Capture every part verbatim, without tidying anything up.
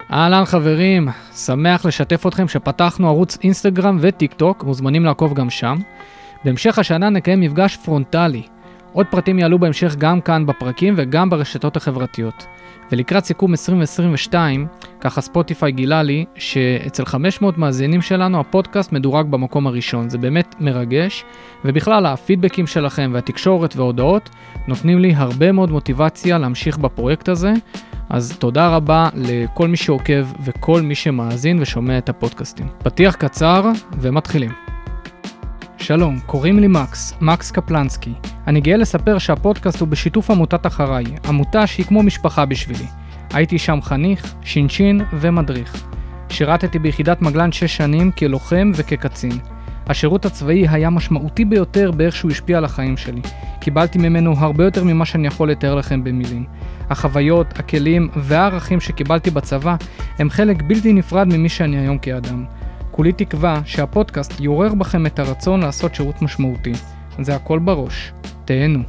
אהלן חברים, שמח לשתף אתכם שפתחנו ערוץ אינסטגרם וטיק טוק, מוזמנים לעקוב גם שם. בהמשך השנה נקיים מפגש פרונטלי. עוד פרטים יעלו בהמשך גם כאן בפרקים וגם ברשתות החברתיות. ולקראת סיכום עשרים עשרים ושתיים, ככה ספוטיפיי גילה לי שאצל חמש מאות מאזינים שלנו הפודקאסט מדורג במקום הראשון. זה באמת מרגש, ובכלל הפידבקים שלכם והתקשורת וההודעות נותנים לי הרבה מאוד מוטיבציה להמשיך בפרויקט הזה. אז תודה רבה לכל מי שעוקב וכל מי שמאזין ושומע את הפודקאסטים. פתיח קצר ומתחילים. שלום, קוראים לי מקס, מקס קפלנסקי. אני גאה לספר שהפודקאסט הוא בשיתוף עמותת אחריי, עמותה שהיא כמו משפחה בשבילי. הייתי שם חניך, שינשין ומדריך. שירתתי ביחידת מגלן שש שנים כלוחם וכקצין. השירות הצבאי היה משמעותי ביותר באיך שהוא השפיע על החיים שלי. קיבלתי ממנו הרבה יותר ממה שאני יכול לתאר לכם במילים. החוויות, הכלים והערכים שקיבלתי בצבא הם חלק בלתי נפרד ממי שאני היום כאדם. כולי תקווה שהפודקאסט יעורר בכם את הרצון לעשות שירות משמעותי. זה הכל בראש. תהנו.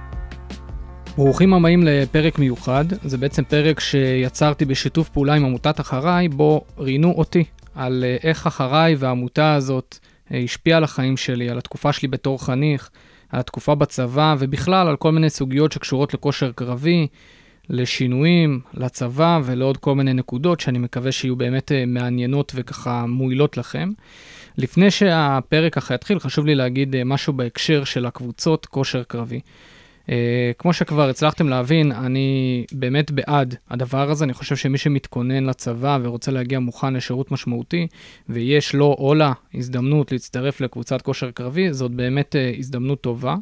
ברוכים הבאים לפרק מיוחד. זה בעצם פרק שיצרתי בשיתוף פעולה עם עמותת אחריי, בו ראיינו אותי על איך אחריי והעמותה הזאת השפיעה על החיים שלי, על התקופה שלי בתור חניך, על התקופה בצבא ובכלל על כל מיני סוגיות שקשורות לכושר קרבי, לשינויים, לצבא ולעוד כל מיני נקודות שאני מקווה שיהיו באמת מעניינות וככה מועילות לכם. לפני שהפרק ככה יתחיל, חשוב לי להגיד משהו בהקשר של הקבוצות כושר קרבי. כמו שכבר הצלחתם להבין, אני באמת בעד הדבר הזה. אני חושב שמי שמתכונן לצבא ורוצה להגיע מוכן לשירות משמעותי, ויש לו או לה הזדמנות להצטרף לקבוצת כושר קרבי, זאת באמת הזדמנות טובה.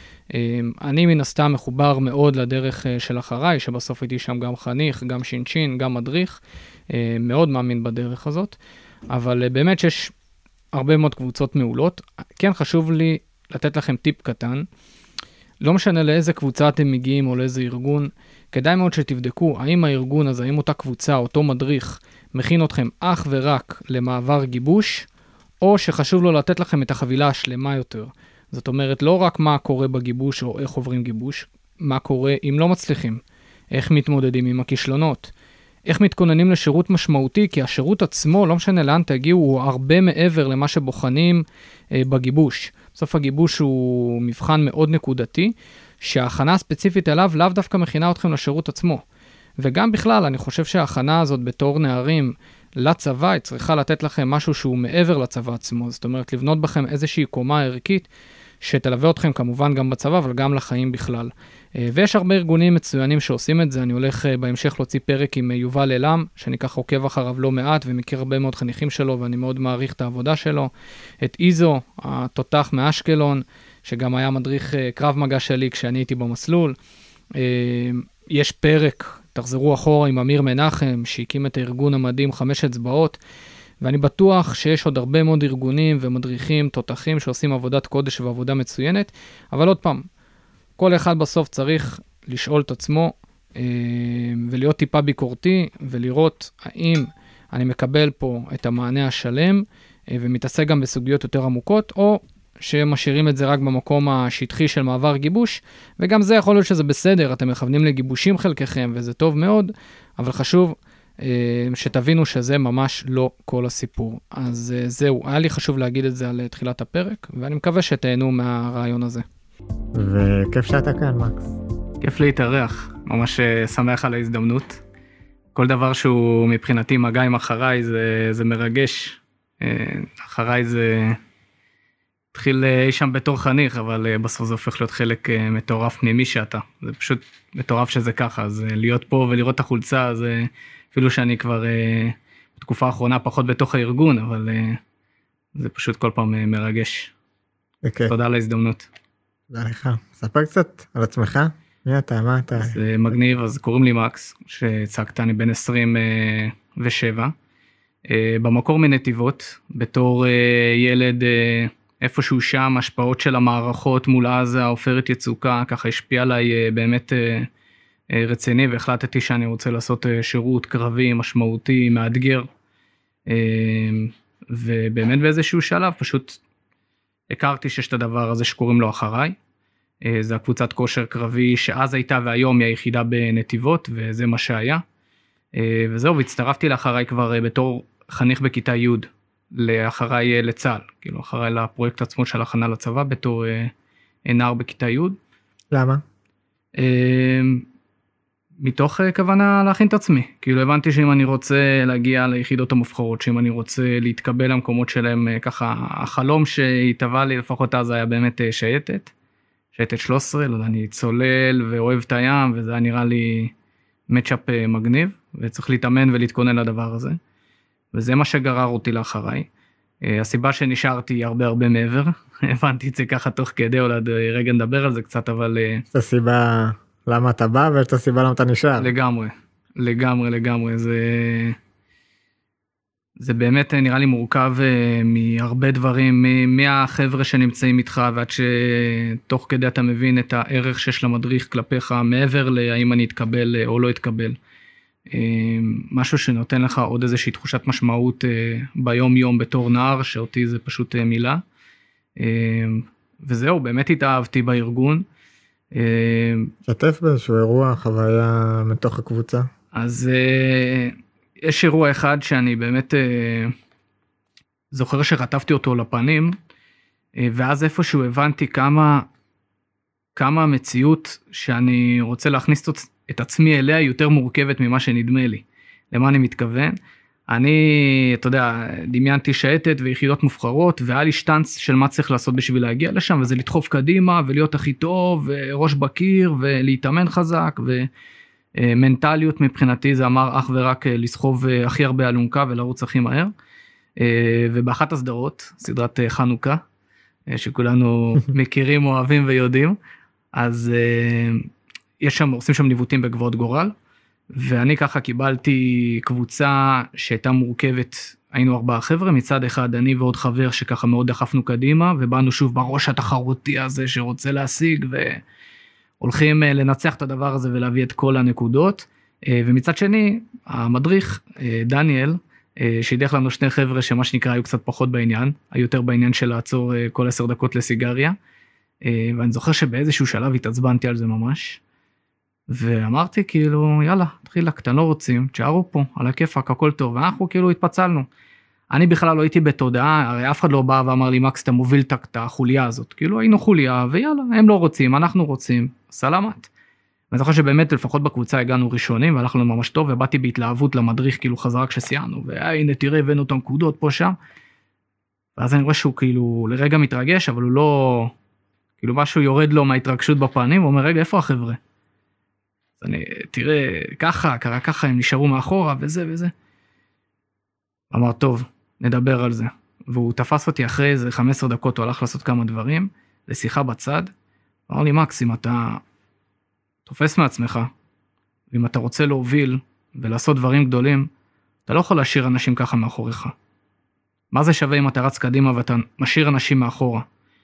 אני מן הסתם מחובר מאוד לדרך של אחריי, שבסוף הייתי שם גם חניך, גם שינשין, גם מדריך, מאוד מאמין בדרך הזאת, אבל באמת שיש הרבה מאוד קבוצות מעולות. כן חשוב לי לתת לכם טיפ קטן, לא משנה לאיזה קבוצה אתם מגיעים או לאיזה ארגון, כדאי מאוד שתבדקו האם הארגון הזה, האם אותה קבוצה, אותו מדריך, מכין אתכם אך ורק למעבר גיבוש, או שחשוב לו לתת לכם את החבילה השלמה יותר. זאת אומרת, לא רק מה קורה בגיבוש או איך עוברים גיבוש, מה קורה אם לא מצליחים, איך מתמודדים עם הכישלונות, איך מתכוננים לשירות משמעותי, כי השירות עצמו, לא משנה לאן תגיעו, הוא הרבה מעבר למה שבוחנים אה, בגיבוש. בסוף הגיבוש הוא מבחן מאוד נקודתי, שההכנה הספציפית אליו לאו דווקא מכינה אתכם לשירות עצמו. וגם בכלל, אני חושב שההכנה הזאת בתור נערים לצבא, היא צריכה לתת לכם משהו שהוא מעבר לצבא עצמו. זאת אומרת, לבנות בכם איזושהי קומה ערכית, שתלווה אתכם כמובן גם בצבא, אבל גם לחיים בכלל. ויש הרבה ארגונים מצוינים שעושים את זה. אני הולך בהמשך להוציא פרק עם יובל אלם, שאני ככה עוקב אחריו לא מעט, ומכיר הרבה מאוד חניכים שלו, ואני מאוד מעריך את העבודה שלו. את איזו, התותח מאשקלון, שגם היה מדריך קרב מגע שלי כשאני הייתי במסלול. יש פרק, תחזרו אחורה עם אמיר מנחם, שהקים את הארגון המדהים חמש אצבעות, ואני בטוח שיש עוד הרבה מאוד ארגונים ומדריכים, תותחים, שעושים עבודת קודש ועבודה מצוינת, אבל עוד פעם, כל אחד בסוף צריך לשאול את עצמו, אה, ולהיות טיפה ביקורתי, ולראות האם אני מקבל פה את המענה השלם, אה, ומתעסק גם בסוגיות יותר עמוקות, או שמשאירים את זה רק במקום השטחי של מעבר גיבוש, וגם זה יכול להיות שזה בסדר, אתם מכוונים לגיבושים חלקכם, וזה טוב מאוד, אבל חשוב שתבינו שזה ממש לא כל הסיפור. אז זהו, היה לי חשוב להגיד את זה על תחילת הפרק, ואני מקווה שתהנו מהרעיון הזה. וכיף שאתה כאן, מקס. כיף להתארח, ממש שמח על ההזדמנות. כל דבר שהוא מבחינתי מגע עם אחריי, זה, זה מרגש. אחריי זה התחיל אי שם בתור חניך, אבל בסוף זה הופך להיות חלק מטורף פנימי שאתה. זה פשוט מטורף שזה ככה, אז להיות פה ולראות את החולצה, זה אפילו שאני כבר בתקופה האחרונה פחות בתוך הארגון, אבל זה פשוט כל פעם מרגש. Okay. תודה על ההזדמנות. תודה לך. ספר קצת על עצמך. מי אתה? מה אתה? זה מגניב, אז קוראים לי מקס, שהצגת, אני בן עשרים ושבע. במקור מנתיבות, בתור ילד איפשהו שם, השפעות של המערכות מול עזה, העופרת יצוקה, ככה השפיע עליי באמת רציני, והחלטתי שאני רוצה לעשות שירות קרבי, משמעותי, מאתגר. ובאמת באיזשהו שלב פשוט הכרתי שיש את הדבר הזה שקוראים לו אחריי. זה הקבוצת כושר קרבי שאז הייתה והיום היא היחידה בנתיבות, וזה מה שהיה. וזהו, והצטרפתי לאחריי כבר בתור חניך בכיתה י' לאחריי לצה"ל, כאילו אחריי לפרויקט עצמו של הכנה לצבא בתור נער בכיתה י'. למה? מתוך כוונה להכין את עצמי, כאילו הבנתי שאם אני רוצה להגיע ליחידות המובחרות, שאם אני רוצה להתקבל למקומות שלהם, ככה החלום שהתהווה לי לפחות אז היה באמת שייטת, שייטת שלוש עשרה, לא יודע, אני צולל ואוהב את הים, וזה היה נראה לי מצ'אפ מגניב, וצריך להתאמן ולהתכונן לדבר הזה, וזה מה שגרר אותי לאחריי. הסיבה שנשארתי היא הרבה הרבה מעבר, הבנתי את זה ככה תוך כדי, אולי רגע נדבר על זה קצת, אבל... זו סיבה למה אתה בא, ויש את הסיבה למה אתה נשאר. לגמרי, לגמרי, לגמרי, זה... זה באמת נראה לי מורכב מהרבה דברים, מהחבר'ה שנמצאים איתך, ועד שתוך כדי אתה מבין את הערך שיש למדריך כלפיך, מעבר להאם אני אתקבל או לא אתקבל. משהו שנותן לך עוד איזושהי תחושת משמעות ביום יום בתור נער, שאותי זה פשוט מילה. וזהו, באמת התאהבתי בארגון. שתף באיזשהו אירוע, חוויה מתוך הקבוצה. אז יש אירוע אחד שאני באמת זוכר שחטפתי אותו לפנים, ואז איפשהו הבנתי כמה, כמה המציאות שאני רוצה להכניס את עצמי אליה יותר מורכבת ממה שנדמה לי. למה אני מתכוון? אני, אתה יודע, דמיינתי שייטת ויחידות מובחרות, והיה לי שטנץ של מה צריך לעשות בשביל להגיע לשם, וזה לדחוף קדימה ולהיות הכי טוב, וראש בקיר ולהתאמן חזק, ומנטליות מבחינתי זה אמר אך ורק לסחוב הכי הרבה אלונקה ולרוץ הכי מהר. ובאחת הסדרות, סדרת חנוכה, שכולנו מכירים, אוהבים ויודעים, אז יש שם, עושים שם ניווטים בגבעות גורל, ואני ככה קיבלתי קבוצה שהייתה מורכבת, היינו ארבעה חבר'ה, מצד אחד אני ועוד חבר שככה מאוד דחפנו קדימה, ובאנו שוב בראש התחרותי הזה שרוצה להשיג, והולכים לנצח את הדבר הזה ולהביא את כל הנקודות, ומצד שני, המדריך, דניאל, שהדיח לנו שני חבר'ה שמה שנקרא היו קצת פחות בעניין, היו יותר בעניין של לעצור כל עשר דקות לסיגריה, ואני זוכר שבאיזשהו שלב התעצבנתי על זה ממש, ואמרתי כאילו יאללה תחילה אתם לא רוצים תשארו פה על הכיפק הכל טוב, ואנחנו כאילו התפצלנו. אני בכלל לא הייתי בתודעה, הרי אף אחד לא בא ואמר לי מקס אתה מוביל את החוליה הזאת, כאילו היינו חוליה ויאללה הם לא רוצים אנחנו רוצים סלמת. ואני זוכר שבאמת לפחות בקבוצה הגענו ראשונים והלכנו ממש טוב, ובאתי בהתלהבות למדריך כאילו חזרה כשסיימנו, והנה תראה הבאנו את הנקודות פה שם, ואז אני רואה שהוא כאילו לרגע מתרגש אבל הוא לא, כאילו משהו יורד לו מההתרגשות בפנים, הוא אומר רגע איפה החבר'ה? אני, תראה, ככה, קרה ככה, הם נשארו מאחורה, וזה וזה. אמר, טוב, נדבר על זה. והוא תפס אותי אחרי איזה חמש עשרה דקות, הוא הלך לעשות כמה דברים, לשיחה בצד. אמר לי, מקס, אם אתה תופס מעצמך, ואם אתה רוצה להוביל ולעשות דברים גדולים, אתה לא יכול להשאיר אנשים ככה מאחוריך. מה זה שווה אם אתה רץ קדימה ואתה משאיר אנשים מאחורה?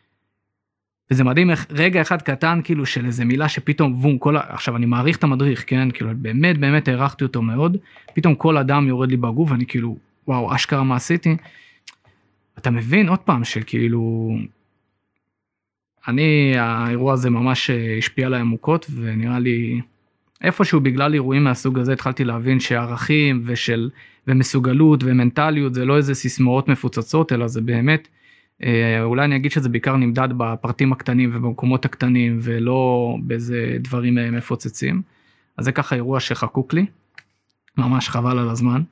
וזה מדהים איך רגע אחד קטן כאילו של איזה מילה שפתאום וום כל, עכשיו אני מעריך את המדריך כן כאילו באמת באמת הערכתי אותו מאוד, פתאום כל אדם יורד לי בגוף ואני כאילו וואו אשכרה מה עשיתי. אתה מבין עוד פעם של כאילו אני האירוע הזה ממש השפיע עליי עמוקות, ונראה לי איפשהו בגלל אירועים מהסוג הזה התחלתי להבין שערכים ושל ומסוגלות ומנטליות זה לא איזה סיסמאות מפוצצות אלא זה באמת, אולי אני אגיד שזה בעיקר נמדד בפרטים הקטנים ובמקומות הקטנים ולא באיזה דברים מפוצצים. אז זה ככה אירוע שחקוק לי, ממש חבל על הזמן.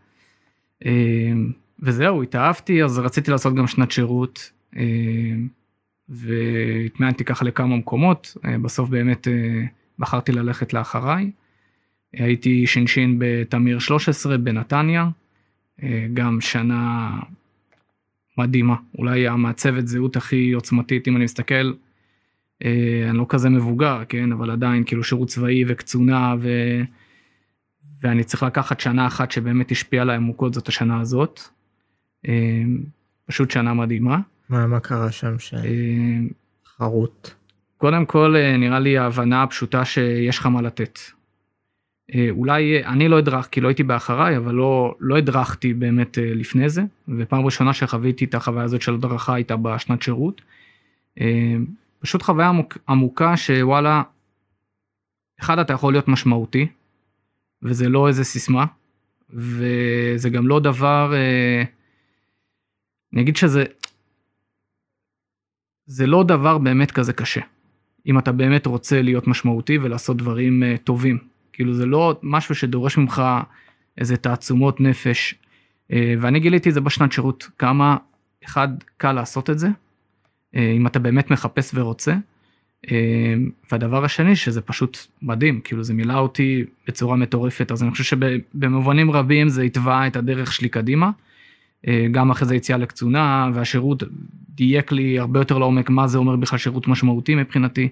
וזהו, התאהבתי, אז רציתי לעשות גם שנת שירות, והתמענתי ככה לכמה מקומות, בסוף באמת בחרתי ללכת לאחריי. הייתי שינשין בתמיר שלוש עשרה בנתניה, גם שנה מדהימה, אולי המעצבת זהות הכי עוצמתית, אם אני מסתכל, אני לא כזה מבוגר, כן, אבל עדיין כאילו שירות צבאי וקצונה, ו... ואני צריך לקחת שנה אחת שבאמת השפיעה עליי עמוקות, זאת השנה הזאת, פשוט שנה מדהימה. מה, מה קרה שם שחרוט? קודם כל נראה לי ההבנה הפשוטה שיש לך מה לתת. אולי אני לא הדרך, כי לא הייתי באחריי, אבל לא, לא הדרכתי באמת לפני זה, ופעם ראשונה שחוויתי את החוויה הזאת של הדרכה הייתה בשנת שירות. פשוט חוויה עמוק, עמוקה שוואלה, אחד אתה יכול להיות משמעותי, וזה לא איזה סיסמה, וזה גם לא דבר, אני אגיד שזה, זה לא דבר באמת כזה קשה, אם אתה באמת רוצה להיות משמעותי ולעשות דברים טובים, כאילו זה לא משהו שדורש ממך איזה תעצומות נפש, ואני גיליתי את זה בשנת שירות, כמה אחד קל לעשות את זה, אם אתה באמת מחפש ורוצה, והדבר השני שזה פשוט מדהים, כאילו זה מילא אותי בצורה מטורפת, אז אני חושב שבמובנים רבים זה יתבע את הדרך שלי קדימה, גם אחרי זה יציאה לקצונה, והשירות דייק לי הרבה יותר לעומק מה זה אומר בכלל שירות משמעותי מבחינתי,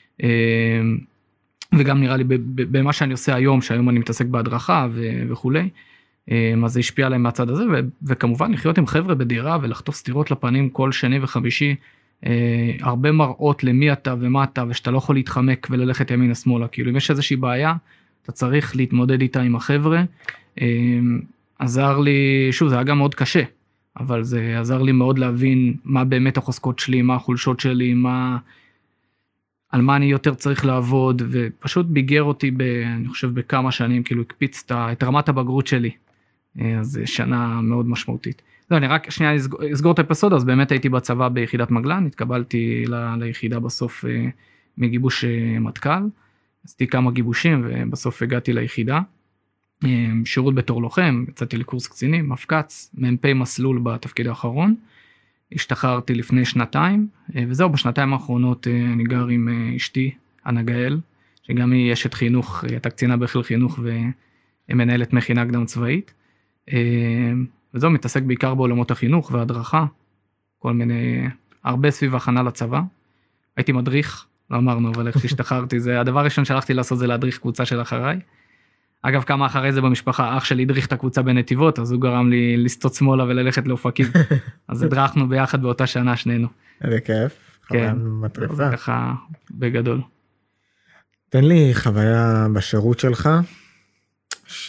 וגם נראה לי במה שאני עושה היום, שהיום אני מתעסק בהדרכה וכולי, אז זה השפיע עליהם מהצד הזה, וכמובן לחיות עם חבר'ה בדירה ולחטוף סתירות לפנים כל שני וחמישי, הרבה מראות למי אתה ומה אתה, ושאתה לא יכול להתחמק וללכת ימינה שמאלה, כאילו אם יש איזושהי בעיה, אתה צריך להתמודד איתה עם החבר'ה, עזר לי, שוב זה היה גם מאוד קשה, אבל זה עזר לי מאוד להבין מה באמת החוזקות שלי, מה החולשות שלי, מה, על מה אני יותר צריך לעבוד, ופשוט ביגר אותי, ב, אני חושב בכמה שנים, כאילו הקפיץ את רמת הבגרות שלי, אז זה שנה מאוד משמעותית. לא, אני רק שנייה אסגור את האפיסוד, אז באמת הייתי בצבא ביחידת מגלן, התקבלתי ל, ליחידה בסוף מגיבוש מטכ"ל, עשיתי כמה גיבושים ובסוף הגעתי ליחידה, שירות בתור לוחם, יצאתי לקורס קצינים, מפקץ, מ"פ מסלול בתפקיד האחרון, השתחררתי לפני שנתיים, וזהו בשנתיים האחרונות אני גר עם אשתי, אנה גאל, שגם היא אשת חינוך, הייתה קצינה בחיל חינוך ומנהלת מכינה קדם צבאית, וזהו מתעסק בעיקר בעולמות החינוך וההדרכה, כל מיני, הרבה סביב הכנה לצבא, הייתי מדריך, לא אמרנו, אבל איך שהשתחררתי, זה הדבר הראשון שהלכתי לעשות זה להדריך קבוצה של אחריי, אגב כמה אחרי זה במשפחה, אח שלי הדריך את הקבוצה בנתיבות, אז הוא גרם לי לסטות שמאלה וללכת לאופקים, אז הדרכנו ביחד באותה שנה שנינו. איזה כיף, חוויה מטריפה. ככה בגדול. תן לי חוויה בשירות שלך, ש...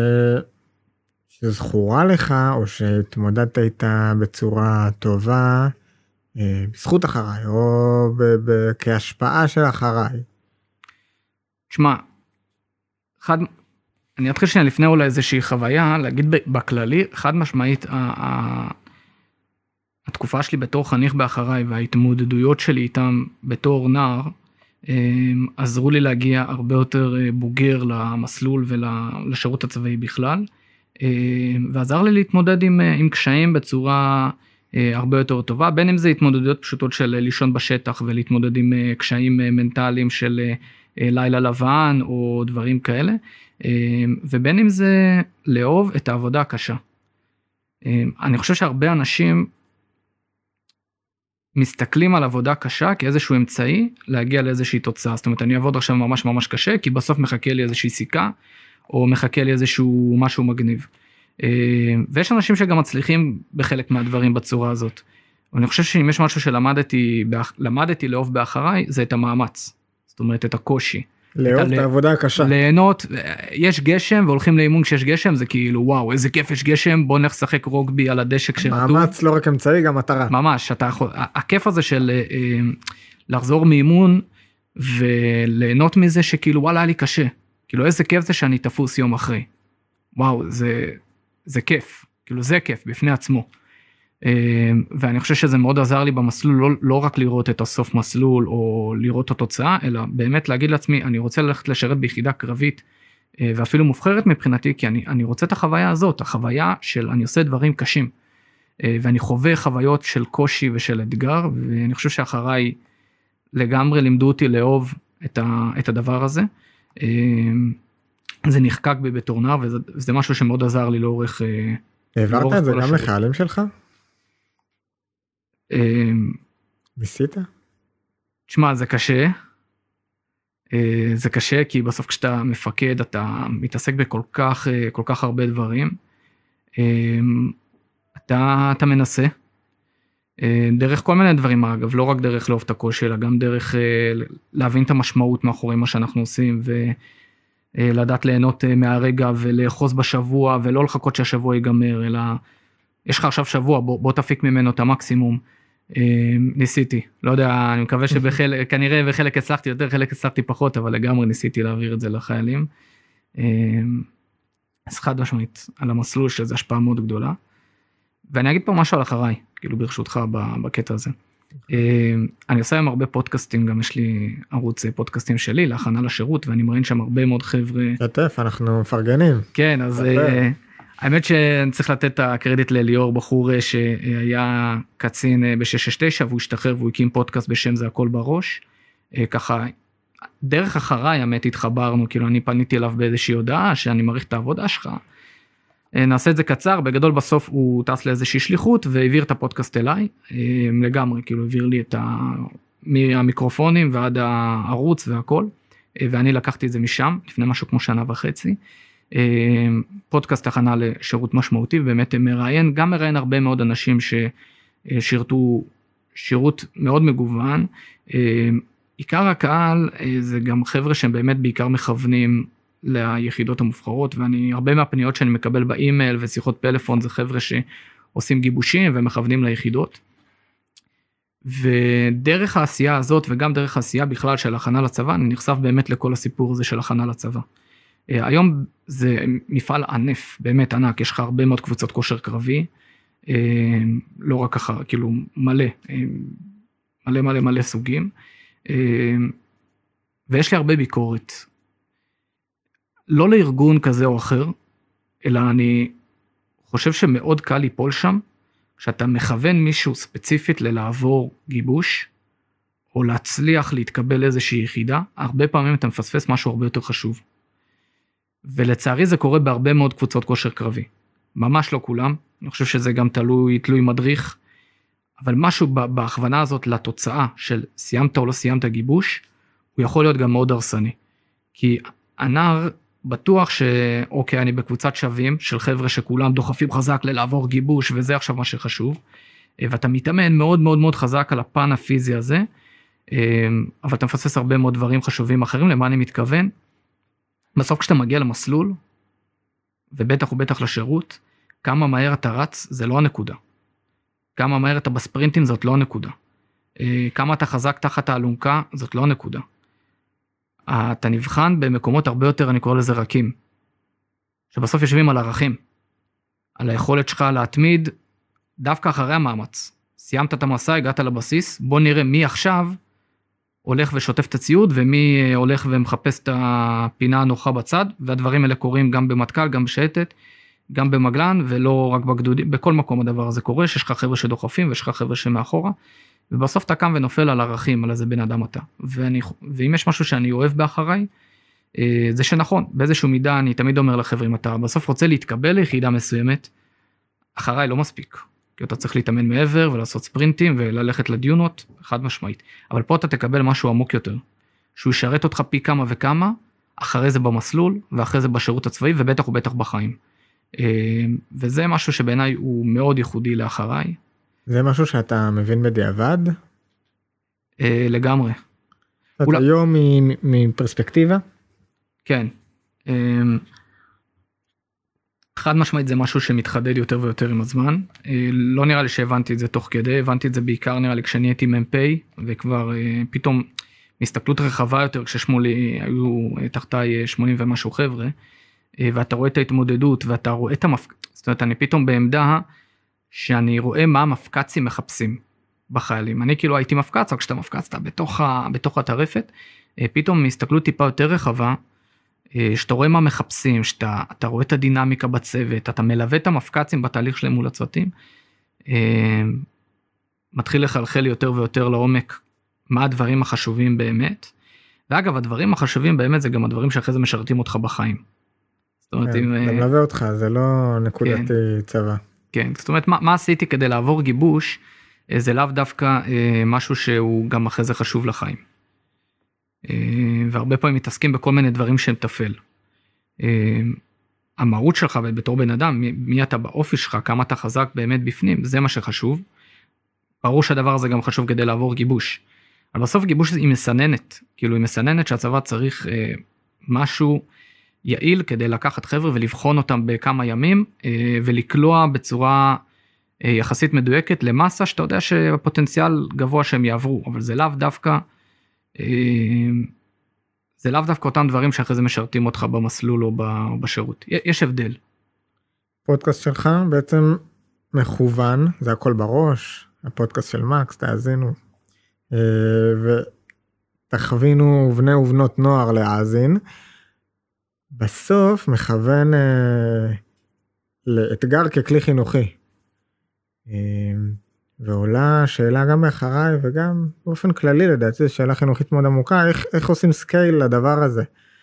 שזכורה לך, או שהתמודדת איתה בצורה טובה, בזכות אחריי, או ב... ב... כהשפעה של אחריי. תשמע, אחד... אני אתחיל שנייה לפני אולי איזושהי חוויה, להגיד בכללי, חד משמעית, התקופה שלי בתור חניך באחריי, וההתמודדויות שלי איתם בתור נער, עזרו לי להגיע הרבה יותר בוגר למסלול ולשירות הצבאי בכלל, ועזר לי להתמודד עם, עם קשיים בצורה הרבה יותר טובה, בין אם זה התמודדויות פשוטות של לישון בשטח, ולהתמודד עם קשיים מנטליים של לילה לבן, או דברים כאלה, ובין אם זה לאהוב את העבודה הקשה. אני חושב שהרבה אנשים מסתכלים על עבודה קשה כאיזשהו אמצעי להגיע לאיזושהי תוצאה. זאת אומרת, אני אעבוד עכשיו ממש ממש קשה, כי בסוף מחכה לי איזושהי סיכה, או מחכה לי איזשהו משהו מגניב. ויש אנשים שגם מצליחים בחלק מהדברים בצורה הזאת. ואני חושב שאם יש משהו שלמדתי, למדתי לאהוב באחריי, זה את המאמץ. זאת אומרת, את הקושי. לאהוב את העבודה הקשה. ליהנות, יש גשם והולכים לאימון כשיש גשם, זה כאילו וואו, איזה כיף יש גשם, בוא נשחק רוגבי על הדשא כשרדוף. מאמץ לא רק אמצעי, גם מטרה. ממש, אתה יכול, הכיף הזה של אה, לחזור מאימון, וליהנות מזה שכאילו וואלה, היה לי קשה. כאילו איזה כיף זה שאני תפוס יום אחרי. וואו, זה, זה כיף. כאילו זה כיף בפני עצמו. ואני חושב שזה מאוד עזר לי במסלול, לא, לא רק לראות את הסוף מסלול או לראות את התוצאה, אלא באמת להגיד לעצמי, אני רוצה ללכת לשרת ביחידה קרבית, ואפילו מובחרת מבחינתי, כי אני, אני רוצה את החוויה הזאת, החוויה של אני עושה דברים קשים, ואני חווה חוויות של קושי ושל אתגר, ואני חושב שאחריי לגמרי לימדו אותי לאהוב את, ה, את הדבר הזה, זה נחקק בי בתור נער, וזה, וזה משהו שמאוד עזר לי לאורך... העברת את זה גם לחיילים שלך? ניסית? תשמע, זה קשה, זה קשה כי בסוף כשאתה מפקד אתה מתעסק בכל כך, כל כך הרבה דברים, אתה, אתה מנסה, דרך כל מיני דברים אגב, לא רק דרך לאהוב את הקושי, אלא גם דרך להבין את המשמעות מאחורי מה שאנחנו עושים, ולדעת ליהנות מהרגע ולאחוז בשבוע, ולא לחכות שהשבוע ייגמר, אלא יש לך עכשיו שבוע, בוא, בוא תפיק ממנו את המקסימום, ניסיתי, לא יודע, אני מקווה שבחלק, כנראה בחלק הצלחתי יותר, חלק הצלחתי פחות, אבל לגמרי ניסיתי להעביר את זה לחיילים. אז חד משמעית, על המסלול שזה השפעה מאוד גדולה. ואני אגיד פה משהו על אחריי, כאילו ברשותך בקטע הזה. אני עושה היום הרבה פודקאסטים, גם יש לי ערוץ פודקאסטים שלי, להכנה לשירות, ואני מראין שם הרבה מאוד חבר'ה. שתף, אנחנו מפרגנים. כן, אז האמת שאני צריך לתת את הקרדיט לליאור, בחור שהיה קצין ב-שש שש תשע, והוא השתחרר והוא הקים פודקאסט בשם זה הכל בראש. ככה, דרך אחריי, האמת התחברנו, כאילו אני פניתי אליו באיזושהי הודעה, שאני מעריך את העבודה שלך. נעשה את זה קצר, בגדול בסוף הוא טס לאיזושהי שליחות, והעביר את הפודקאסט אליי, לגמרי, כאילו העביר לי את המיקרופונים, ועד הערוץ והכל, ואני לקחתי את זה משם, לפני משהו כמו שנה וחצי, פודקאסט הכנה לשירות משמעותי, ובאמת מראיין, גם מראיין הרבה מאוד אנשים ששירתו שירות מאוד מגוון, עיקר הקהל זה גם חבר'ה שהם באמת בעיקר מכוונים ליחידות המובחרות, ואני, הרבה מהפניות שאני מקבל באימייל ושיחות פלאפון, זה חבר'ה שעושים גיבושים ומכוונים ליחידות, ודרך העשייה הזאת, וגם דרך העשייה בכלל של הכנה לצבא, אני נחשף באמת לכל הסיפור הזה של הכנה לצבא. היום זה מפעל ענף, באמת ענק, יש לך הרבה מאוד קבוצות כושר קרבי, לא רק ככה, כאילו מלא, מלא מלא מלא סוגים, ויש לי הרבה ביקורת, לא לארגון כזה או אחר, אלא אני חושב שמאוד קל ליפול שם, שאתה מכוון מישהו ספציפית ללעבור גיבוש, או להצליח להתקבל איזושהי יחידה, הרבה פעמים אתה מפספס משהו הרבה יותר חשוב. ולצערי זה קורה בהרבה מאוד קבוצות כושר קרבי. ממש לא כולם, אני חושב שזה גם תלוי, תלוי מדריך, אבל משהו בהכוונה הזאת לתוצאה של סיימת או לא סיימת גיבוש, הוא יכול להיות גם מאוד הרסני. כי הנער בטוח שאוקיי, אני בקבוצת שווים של חבר'ה שכולם דוחפים חזק ללעבור גיבוש, וזה עכשיו מה שחשוב, ואתה מתאמן מאוד מאוד מאוד חזק על הפן הפיזי הזה, אבל אתה מפסס הרבה מאוד דברים חשובים אחרים, למה אני מתכוון? בסוף כשאתה מגיע למסלול, ובטח ובטח לשירות, כמה מהר אתה רץ, זה לא הנקודה. כמה מהר אתה בספרינטים, זאת לא הנקודה. כמה אתה חזק תחת האלונקה, זאת לא הנקודה. אתה נבחן במקומות הרבה יותר, אני קורא לזה רכים, שבסוף יושבים על ערכים, על היכולת שלך להתמיד, דווקא אחרי המאמץ. סיימת את המסע, הגעת לבסיס, בוא נראה מי עכשיו הולך ושוטף את הציוד, ומי הולך ומחפש את הפינה הנוחה בצד, והדברים האלה קורים גם במטכ"ל, גם בשייטת, גם במגלן, ולא רק בגדודים, בכל מקום הדבר הזה קורה, שיש לך חבר'ה שדוחפים, ויש לך חבר'ה שמאחורה, ובסוף אתה קם ונופל על ערכים, על איזה בן אדם אתה. ואני, ואם יש משהו שאני אוהב באחריי, זה שנכון, באיזשהו מידה אני תמיד אומר לחברים, אתה בסוף רוצה להתקבל ליחידה מסוימת, אחריי לא מספיק, כי אתה צריך להתאמן מעבר ולעשות ספרינטים וללכת לדיונות, חד משמעית. אבל פה אתה תקבל משהו עמוק יותר, שהוא ישרת אותך פי כמה וכמה, אחרי זה במסלול, ואחרי זה בשירות הצבאי, ובטח ובטח בחיים. וזה משהו שבעיניי הוא מאוד ייחודי לאחריי. זה משהו שאתה מבין בדיעבד? לגמרי. היום מפרספקטיבה? כן. חד משמעית זה משהו שמתחדד יותר ויותר עם הזמן. לא נראה לי שהבנתי את זה תוך כדי, הבנתי את זה בעיקר נראה לי כשאני הייתי מ"פ, וכבר פתאום מסתכלות רחבה יותר, כששמולי היו תחתיי שמונים ומשהו חבר'ה, ואתה רואה את ההתמודדות, ואתה רואה את המפק... זאת אומרת, אני פתאום בעמדה שאני רואה מה המפקצים מחפשים בחיילים. אני כאילו הייתי מפקץ, רק כשאתה מפקצת בתוך, ה... בתוך הטרפת, פתאום מסתכלות טיפה יותר רחבה, שאתה רואה מה מחפשים, שאתה אתה רואה את הדינמיקה בצוות, אתה מלווה את המפקצים בתהליך שלהם מול הצוותים, מתחיל לחלחל יותר ויותר לעומק מה הדברים החשובים באמת, ואגב, הדברים החשובים באמת זה גם הדברים שאחרי זה משרתים אותך בחיים. זאת אומרת, אם... אתה מלווה אותך, זה לא נקודת צבא. כן, זאת אומרת, מה, מה עשיתי כדי לעבור גיבוש, זה לאו דווקא משהו שהוא גם אחרי זה חשוב לחיים. והרבה פעמים מתעסקים בכל מיני דברים שהם תפל. המהות שלך בתור בן אדם, מי אתה באופי שלך, כמה אתה חזק באמת בפנים, זה מה שחשוב. ברור שהדבר הזה גם חשוב כדי לעבור גיבוש. אבל בסוף גיבוש היא מסננת, כאילו היא מסננת שהצבא צריך משהו יעיל כדי לקחת חבר'ה ולבחון אותם בכמה ימים, ולקלוע בצורה יחסית מדויקת למסה, שאתה יודע שהפוטנציאל גבוה שהם יעברו, אבל זה לאו דווקא, זה לאו דווקא אותם דברים שאחרי זה משרתים אותך במסלול או בשירות. יש הבדל. פודקאסט שלך בעצם מכוון, זה הכל בראש, הפודקאסט של מקס, תאזינו, ותכווינו בני ובנות נוער להאזין, בסוף מכוון לאתגר ככלי חינוכי. ועולה שאלה גם מאחריי וגם באופן כללי לדעתי, שאלה חינוכית מאוד עמוקה, איך, איך עושים סקייל לדבר הזה?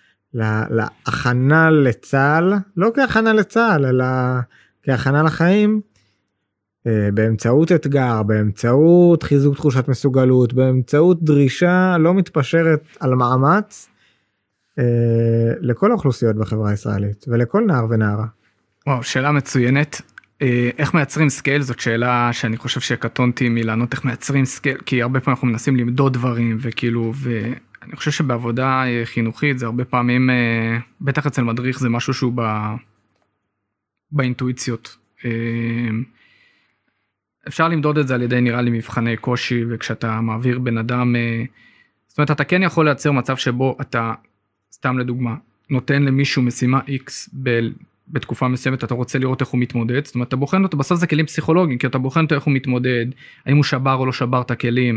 להכנה לצה"ל, לא כהכנה לצה"ל, אלא כהכנה לחיים, באמצעות אתגר, באמצעות חיזוק תחושת מסוגלות, באמצעות דרישה לא מתפשרת על מאמץ, לכל האוכלוסיות בחברה הישראלית, ולכל נער ונערה. וואו, שאלה מצוינת. איך מייצרים סקייל? זאת שאלה שאני חושב שקטונתי מלענות איך מייצרים סקייל, כי הרבה פעמים אנחנו מנסים למדוד דברים, וכאילו, ואני חושב שבעבודה חינוכית זה הרבה פעמים, בטח אצל מדריך זה משהו שהוא ב... באינטואיציות. אפשר למדוד את זה על ידי נראה לי מבחני קושי, וכשאתה מעביר בן אדם, זאת אומרת, אתה כן יכול לייצר מצב שבו אתה, סתם לדוגמה, נותן למישהו משימה X ב... בתקופה מסוימת, אתה רוצה לראות איך הוא מתמודד, זאת אומרת, אתה בוחן אותו, בסוף זה כלים פסיכולוגיים, כי אתה בוחן אותו איך הוא מתמודד, האם הוא שבר או לא שבר את הכלים,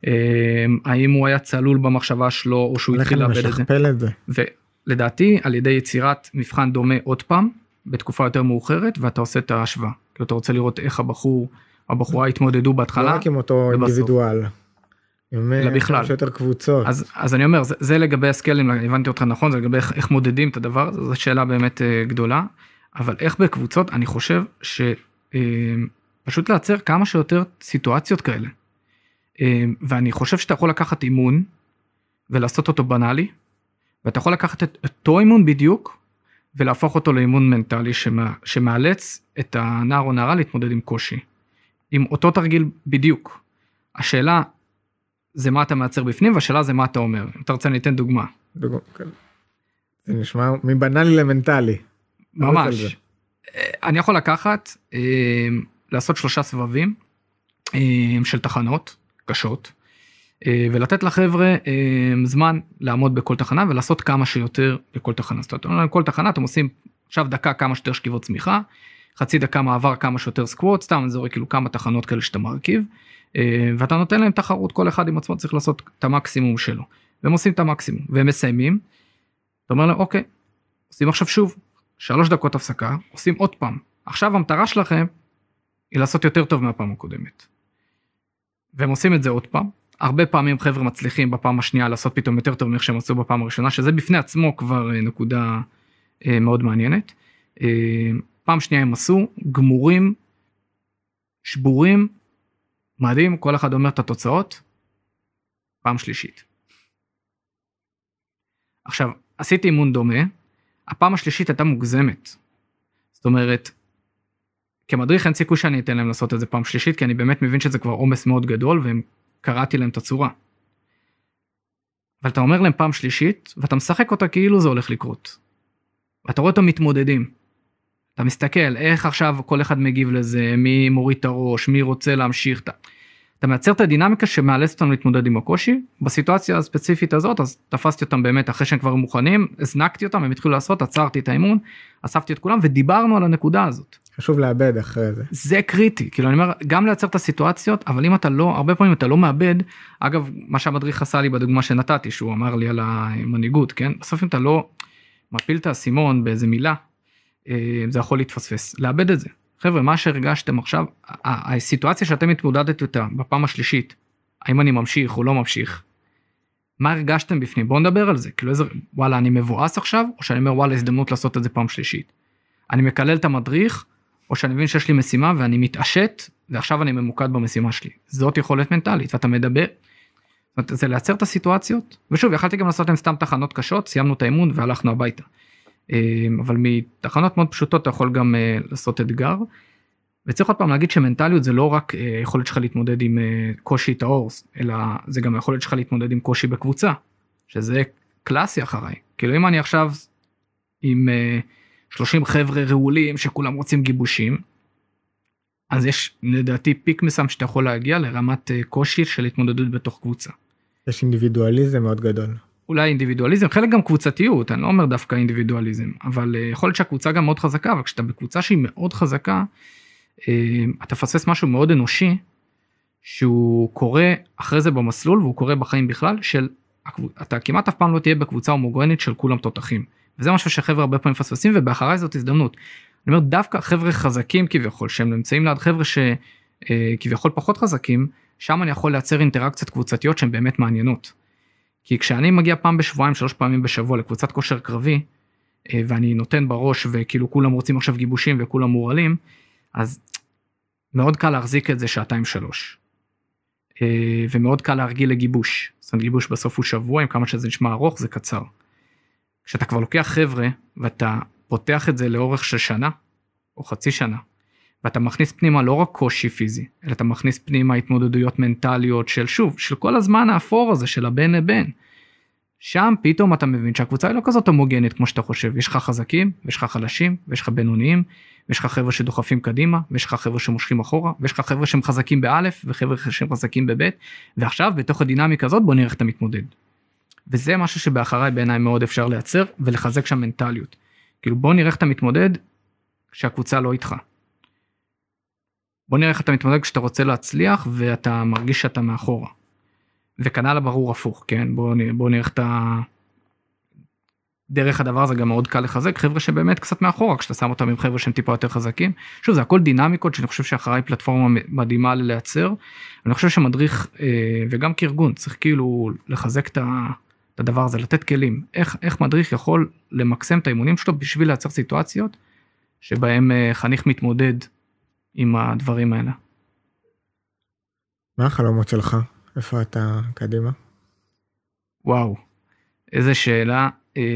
האם הוא היה צלול במחשבה שלו, או שהוא התחיל לאבד את זה. ולדעתי, על ידי יצירת מבחן דומה עוד פעם, בתקופה יותר מאוחרת, ואתה עושה את ההשוואה. כי אתה רוצה לראות איך הבחור, הבחורה התמודדו בהתחלה. לא רק עם אותו אינדיבידואל. אלא בכלל. יותר קבוצות. אז, אז אני אומר, זה, זה לגבי הסקיילים, הבנתי אותך נכון, זה לגבי איך, איך מודדים את הדבר, זו שאלה באמת uh, גדולה, אבל איך בקבוצות, אני חושב שפשוט uh, לייצר כמה שיותר סיטואציות כאלה, uh, ואני חושב שאתה יכול לקחת אימון, ולעשות אותו בנאלי, ואתה יכול לקחת את אותו אימון בדיוק, ולהפוך אותו לאימון מנטלי, שמה, שמאלץ את הנער או נערה להתמודד עם קושי, עם אותו תרגיל בדיוק. השאלה, זה מה אתה מייצר בפנים, והשאלה זה מה אתה אומר. אם אתה רוצה ניתן דוגמה. דוגמה, כן. זה נשמע מבנאלי למנטלי. ממש. אני יכול לקחת, לעשות שלושה סבבים של תחנות קשות, ולתת לחבר'ה זמן לעמוד בכל תחנה, ולעשות כמה שיותר בכל תחנה. זאת אומרת, כל תחנה אתם עושים עכשיו דקה כמה שיותר שכיבות צמיחה, חצי דקה מעבר כמה שיותר סקווט, סתם זה כאילו כמה תחנות כאלה שאתה מרכיב, ואתה נותן להם תחרות, כל אחד עם עצמו צריך לעשות את המקסימום שלו, והם עושים את המקסימום, והם מסיימים, אתה אומר להם, אוקיי, עושים עכשיו שוב, שלוש דקות הפסקה, עושים עוד פעם, עכשיו המטרה שלכם, היא לעשות יותר טוב מהפעם הקודמת, והם עושים את זה עוד פעם, הרבה פעמים חבר'ה מצליחים בפעם השנייה, לעשות פתאום יותר טוב מאיך שהם עשו בפעם הראשונה, שזה בפני עצמו כבר נקודה מאוד מעניינת, פעם שנייה הם עשו, גמורים, שבורים, מדהים, כל אחד אומר את התוצאות, פעם שלישית. עכשיו, עשיתי אימון דומה, הפעם השלישית הייתה מוגזמת. זאת אומרת, כמדריך אין סיכוי שאני אתן להם לעשות את זה פעם שלישית, כי אני באמת מבין שזה כבר עומס מאוד גדול, והם קראתי להם את הצורה. אבל אתה אומר להם פעם שלישית, ואתה משחק אותה כאילו זה הולך לקרות. ואתה רואה אותם מתמודדים. אתה מסתכל, איך עכשיו כל אחד מגיב לזה, מי מוריד את הראש, מי רוצה להמשיך, אתה, אתה מייצר את הדינמיקה שמאלץ אותנו להתמודד עם הקושי, בסיטואציה הספציפית הזאת, אז תפסתי אותם באמת אחרי שהם כבר מוכנים, הזנקתי אותם, הם התחילו לעשות, עצרתי את האימון, אספתי את כולם, ודיברנו על הנקודה הזאת. חשוב לאבד אחרי זה. זה קריטי, כאילו אני אומר, גם לייצר את הסיטואציות, אבל אם אתה לא, הרבה פעמים אתה לא מאבד, אגב, מה שהמדריך עשה לי בדוגמה שנתתי, שהוא אמר לי על המנהיגות, כן? בסוף אם אתה לא מפיל את הסימון באיזה מילה, זה יכול להתפספס, לאבד את זה. חבר'ה, מה שהרגשתם עכשיו, הסיטואציה שאתם מתמודדת אותה בפעם השלישית, האם אני ממשיך או לא ממשיך, מה הרגשתם בפנים? בואו נדבר על זה, כאילו איזה, וואלה, אני מבואס עכשיו, או שאני אומר, וואלה, הזדמנות לעשות את זה פעם שלישית. אני מקלל את המדריך, או שאני מבין שיש לי משימה, ואני מתעשת, ועכשיו אני ממוקד במשימה שלי. זאת יכולת מנטלית, ואתה מדבר, זאת אומרת, זה לייצר את הסיטואציות, ושוב, יכלתי גם לעשות להם סתם תחנות קשות, סיימנו את האימון, והלכנו הביתה. אבל מתחנות מאוד פשוטות אתה יכול גם לעשות אתגר, וצריך עוד פעם להגיד שמנטליות זה לא רק יכולת שלך להתמודד עם קושי טהור, אלא זה גם יכולת שלך להתמודד עם קושי בקבוצה, שזה קלאסי אחריי, כאילו אם אני עכשיו עם שלושים חבר'ה רעולים שכולם רוצים גיבושים, אז יש לדעתי פיק מסוים שאתה יכול להגיע לרמת קושי של התמודדות בתוך קבוצה. יש אינדיבידואליזם מאוד גדול. אולי אינדיבידואליזם, חלק גם קבוצתיות, אני לא אומר דווקא אינדיבידואליזם, אבל יכול להיות שהקבוצה גם מאוד חזקה, אבל כשאתה בקבוצה שהיא מאוד חזקה, אתה תפספס משהו מאוד אנושי, שהוא קורה אחרי זה במסלול, והוא קורה בחיים בכלל, של, אתה כמעט אף פעם לא תהיה בקבוצה הומוגנית של כולם תותחים, וזה משהו שחבר'ה הרבה פעמים מפספסים, ובאחריי זאת הזדמנות. אני אומר, דווקא חבר'ה חזקים כביכול, שהם נמצאים ליד חבר'ה שכביכול פחות חזקים, שם אני יכול לייצר אינטראקציות קבוצתיות שהן באמת מעניינות. כי כשאני מגיע פעם בשבועיים, שלוש פעמים בשבוע לקבוצת כושר קרבי, ואני נותן בראש וכאילו כולם רוצים עכשיו גיבושים וכולם מורלים, אז מאוד קל להחזיק את זה שעתיים שלוש. ומאוד קל להרגיל לגיבוש. זאת אומרת, גיבוש בסוף הוא שבוע, עם כמה שזה נשמע ארוך, זה קצר. כשאתה כבר לוקח חבר'ה, ואתה פותח את זה לאורך של שנה, או חצי שנה, ואתה מכניס פנימה לא רק קושי פיזי, אלא אתה מכניס פנימה התמודדויות מנטליות של שוב, של כל הזמן האפור הזה, של הבן לבן. שם פתאום אתה מבין שהקבוצה היא לא כזאת הומוגנית כמו שאתה חושב, יש לך חזקים, ויש לך חלשים, ויש לך בינוניים, ויש לך חבר'ה שדוחפים קדימה, ויש לך חבר'ה שמושכים אחורה, ויש לך חבר'ה שהם חזקים באלף, וחבר'ה שהם חזקים בבית, ועכשיו בתוך הדינמיקה הזאת בוא נראה איך אתה מתמודד. וזה משהו שבאחריי בעיניי מאוד אפשר לייצר, ולחזק שם מנטליות. כאילו בוא נראה איך אתה מתמודד, כשהקבוצה לא איתך. בוא נראה איך אתה מתמודד כשאתה רוצה להצליח, ואתה מרגיש שאתה מאחורה. וכנ"ל ברור הפוך, כן? בוא, בוא נראה איך אתה... דרך הדבר הזה גם מאוד קל לחזק, חבר'ה שבאמת קצת מאחורה, כשאתה שם אותם עם חבר'ה שהם טיפה יותר חזקים. שוב, זה הכל דינמיקות, שאני חושב שאחריי פלטפורמה מדהימה לייצר. אני חושב שמדריך, וגם כארגון, צריך כאילו לחזק את הדבר הזה, לתת כלים. איך, איך מדריך יכול למקסם את האימונים שלו, בשביל לייצר סיטואציות, שבהם חניך מתמודד עם הדברים האלה. מה החלומות שלך? איפה אתה קדימה? וואו, איזה שאלה,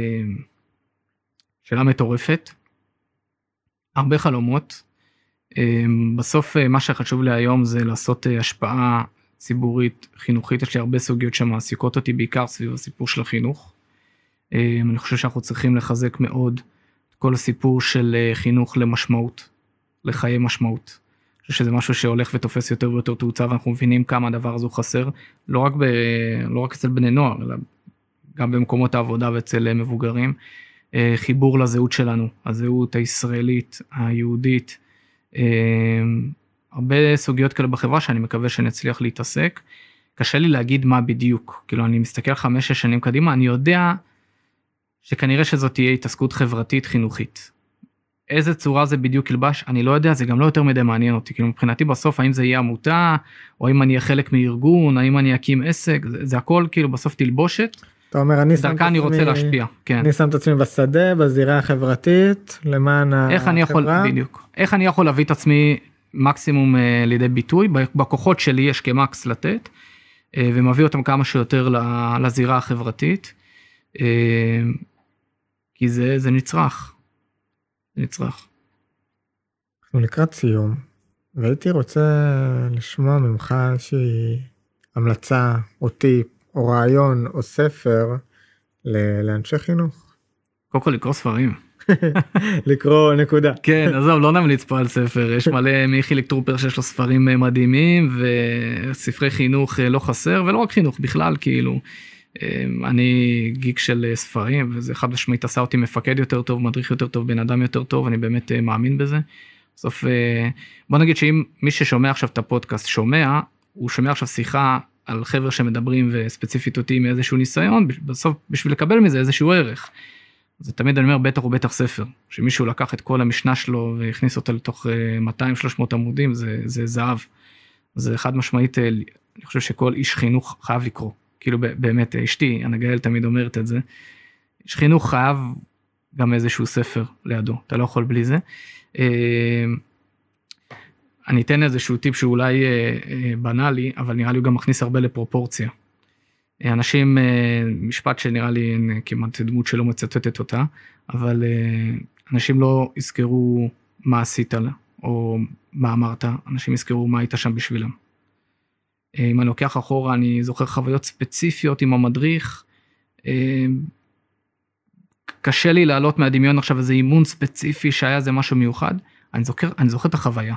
שאלה מטורפת. הרבה חלומות. בסוף מה שחשוב לי היום זה לעשות השפעה ציבורית, חינוכית. יש לי הרבה סוגיות שמעסיקות אותי, בעיקר סביב הסיפור של החינוך. אני חושב שאנחנו צריכים לחזק מאוד כל הסיפור של חינוך למשמעות, לחיי משמעות. אני חושב שזה משהו שהולך ותופס יותר ויותר תאוצה, ואנחנו מבינים כמה הדבר הזה הוא חסר, לא רק, ב, לא רק אצל בני נוער, אלא גם במקומות העבודה ואצל מבוגרים. חיבור לזהות שלנו, הזהות הישראלית, היהודית, הרבה סוגיות כאלה בחברה שאני מקווה שנצליח להתעסק. קשה לי להגיד מה בדיוק, כאילו אני מסתכל חמש שש שנים קדימה, אני יודע שכנראה שזאת תהיה התעסקות חברתית חינוכית. איזה צורה זה בדיוק ילבש, אני לא יודע, זה גם לא יותר מדי מעניין אותי, כאילו מבחינתי בסוף, האם זה יהיה עמותה, או האם אני אהיה חלק מארגון, האם אני אקים עסק, זה, זה הכל כאילו בסוף תלבושת, אתה אומר, אני שם דרכה אני רוצה להשפיע, כן. אני שם את עצמי בשדה, בזירה החברתית, למען איך החברה. אני יכול, בדיוק, איך אני יכול להביא את עצמי מקסימום לידי ביטוי, בכוחות שלי יש כמקס לתת, ומביא אותם כמה שיותר לזירה החברתית, כי זה, זה נצרך. נצרך. אנחנו לקראת סיום, והייתי רוצה לשמוע ממך איזושהי המלצה, או טיפ, או רעיון, או ספר, לאנשי חינוך. קודם כל לקרוא ספרים. לקרוא נקודה. כן, עזוב, לא נמליץ פה על ספר, יש מלא מיחיליק טרופר שיש לו ספרים מדהימים, וספרי חינוך לא חסר, ולא רק חינוך בכלל, כאילו, אני גיק של ספרים, וזה חד משמעית עשה אותי מפקד יותר טוב, מדריך יותר טוב, בן אדם יותר טוב, אני באמת מאמין בזה. בסוף, בוא נגיד שאם מי ששומע עכשיו את הפודקאסט שומע, הוא שומע עכשיו שיחה על חבר'ה שמדברים וספציפית אותי מאיזשהו ניסיון, בסוף בשביל לקבל מזה איזשהו ערך. זה תמיד אני אומר בטח ובטח ספר, שמישהו לקח את כל המשנה שלו והכניס אותה לתוך מאתיים שלוש מאות עמודים, זה, זה זהב. זה חד משמעית, אני חושב שכל איש חינוך חייב לקרוא. כאילו באמת, אשתי, הנגאל תמיד אומרת את זה, איש חינוך חייב גם איזשהו ספר לידו, אתה לא יכול בלי זה. אני אתן איזשהו טיפ שאולי בנאלי, אבל נראה לי הוא גם מכניס הרבה לפרופורציה. אנשים, משפט שנראה לי כמעט דמות שלא מצטטת אותה, אבל אנשים לא יזכרו מה עשית לה, או מה אמרת, אנשים יזכרו מה היית שם בשבילם. אם אני לוקח אחורה, אני זוכר חוויות ספציפיות עם המדריך, קשה לי לעלות מהדמיון עכשיו איזה אימון ספציפי שהיה זה משהו מיוחד, אני זוכר, אני זוכר את החוויה.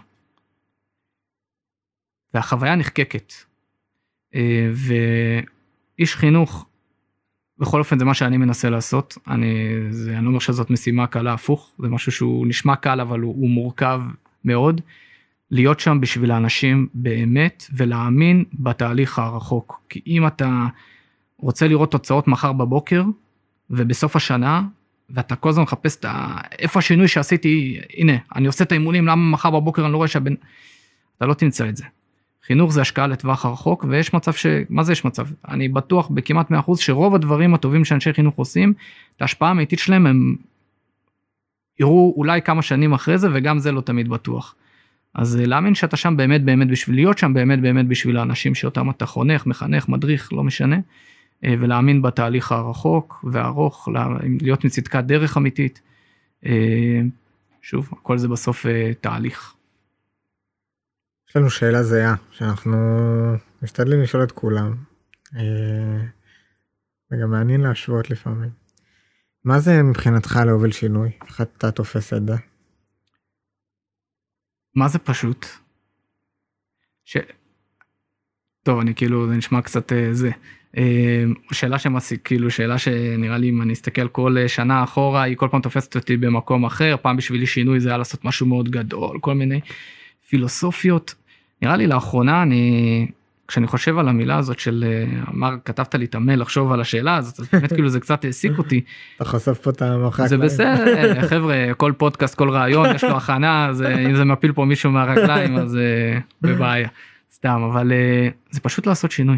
והחוויה נחקקת. ואיש חינוך, בכל אופן זה מה שאני מנסה לעשות, אני, זה, אני לא אומר שזאת משימה קלה, הפוך, זה משהו שהוא נשמע קל אבל הוא, הוא מורכב מאוד, להיות שם בשביל האנשים באמת ולהאמין בתהליך הרחוק, כי אם אתה רוצה לראות תוצאות מחר בבוקר ובסוף השנה, ואתה כל הזמן מחפש את איפה השינוי שעשיתי, הנה, אני עושה את האימונים, למה מחר בבוקר אני לא רואה שהבן, אתה לא תמצא את זה. חינוך זה השקעה לטווח הרחוק, ויש מצב ש... מה זה יש מצב? אני בטוח בכמעט מאה אחוז שרוב הדברים הטובים שאנשי חינוך עושים, את ההשפעה האמיתית שלהם הם יראו אולי כמה שנים אחרי זה, וגם זה לא תמיד בטוח. אז להאמין שאתה שם באמת באמת בשביל להיות שם, באמת באמת בשביל האנשים שאותם אתה חונך, מחנך, מדריך, לא משנה, ולהאמין בתהליך הרחוק והארוך, להיות מצדקת דרך אמיתית. שוב, הכל זה בסוף תהליך. יש לנו שאלה זהה, שאנחנו משתדלים לשאול את כולם, וגם מעניין להשוות לפעמים. מה זה מבחינתך להוביל שינוי? איך אתה תופס את זה? מה זה פשוט? ש... טוב, אני כאילו, זה נשמע קצת זה. שאלה שמסיק, כאילו, שאלה שנראה לי, אם אני אסתכל כל שנה אחורה, היא כל פעם תופסת אותי במקום אחר, פעם בשבילי שינוי זה היה לעשות משהו מאוד גדול, כל מיני פילוסופיות. נראה לי לאחרונה, אני, כשאני חושב על המילה הזאת של, אמר, כתבת לי את המייל לחשוב על השאלה הזאת, אז באמת כאילו זה קצת העסיק אותי. אתה חושף פה את המחק. זה בסדר, חבר'ה, כל פודקאסט, כל רעיון, יש לו הכנה, אם זה מפיל פה מישהו מהרגליים, אז בבעיה. סתם, אבל זה פשוט לעשות שינוי.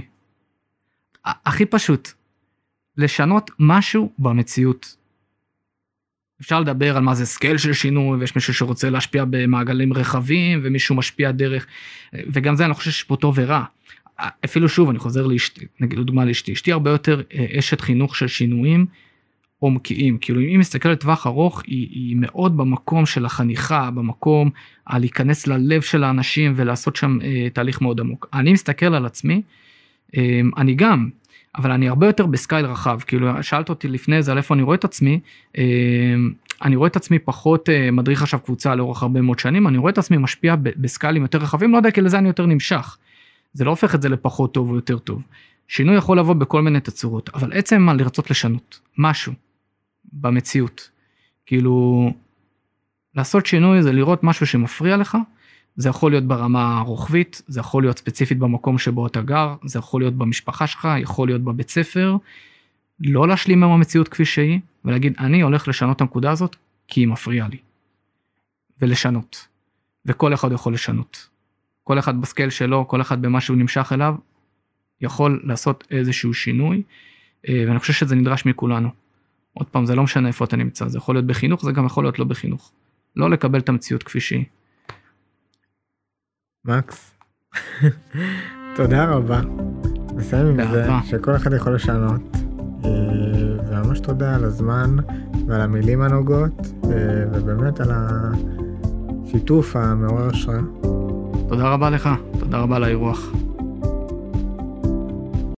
הכי פשוט, לשנות משהו במציאות. אפשר לדבר על מה זה סקייל של שינוי, ויש מישהו שרוצה להשפיע במעגלים רחבים, ומישהו משפיע דרך, וגם זה אני חושב שיש פה טוב ורע. אפילו שוב, אני חוזר לאשתי, נגיד לדוגמה לאשתי, אשתי הרבה יותר אשת חינוך של שינויים עומקיים, כאילו אם מסתכל על טווח ארוך, היא, היא מאוד במקום של החניכה, במקום על להיכנס ללב של האנשים, ולעשות שם אה, תהליך מאוד עמוק. אני מסתכל על עצמי, אה, אני גם, אבל אני הרבה יותר בסקייל רחב, כאילו שאלת אותי לפני זה על איפה אני רואה את עצמי, אני רואה את עצמי פחות מדריך עכשיו קבוצה לאורך הרבה מאוד שנים, אני רואה את עצמי משפיע בסקיילים יותר רחבים, לא יודע כי לזה אני יותר נמשך, זה לא הופך את זה לפחות טוב או יותר טוב, שינוי יכול לבוא בכל מיני תצורות, אבל עצם על לרצות לשנות משהו במציאות, כאילו לעשות שינוי זה לראות משהו שמפריע לך, זה יכול להיות ברמה הרוחבית, זה יכול להיות ספציפית במקום שבו אתה גר, זה יכול להיות במשפחה שלך, יכול להיות בבית ספר, לא להשלים עם המציאות כפי שהיא, ולהגיד, אני הולך לשנות את הנקודה הזאת, כי היא מפריעה לי. ולשנות. וכל אחד יכול לשנות. כל אחד בסקייל שלו, כל אחד במה שהוא נמשך אליו, יכול לעשות איזשהו שינוי, ואני חושב שזה נדרש מכולנו. עוד פעם, זה לא משנה איפה אתה נמצא, זה יכול להיות בחינוך, זה גם יכול להיות לא בחינוך. לא לקבל את המציאות כפי שהיא. מקס, תודה רבה. נסיים עם זה שכל אחד יכול לשנות, וממש תודה על הזמן ועל המילים הנוגעות, ובאמת על השיתוף המעורר השראה. תודה רבה לך, תודה רבה על האירוח.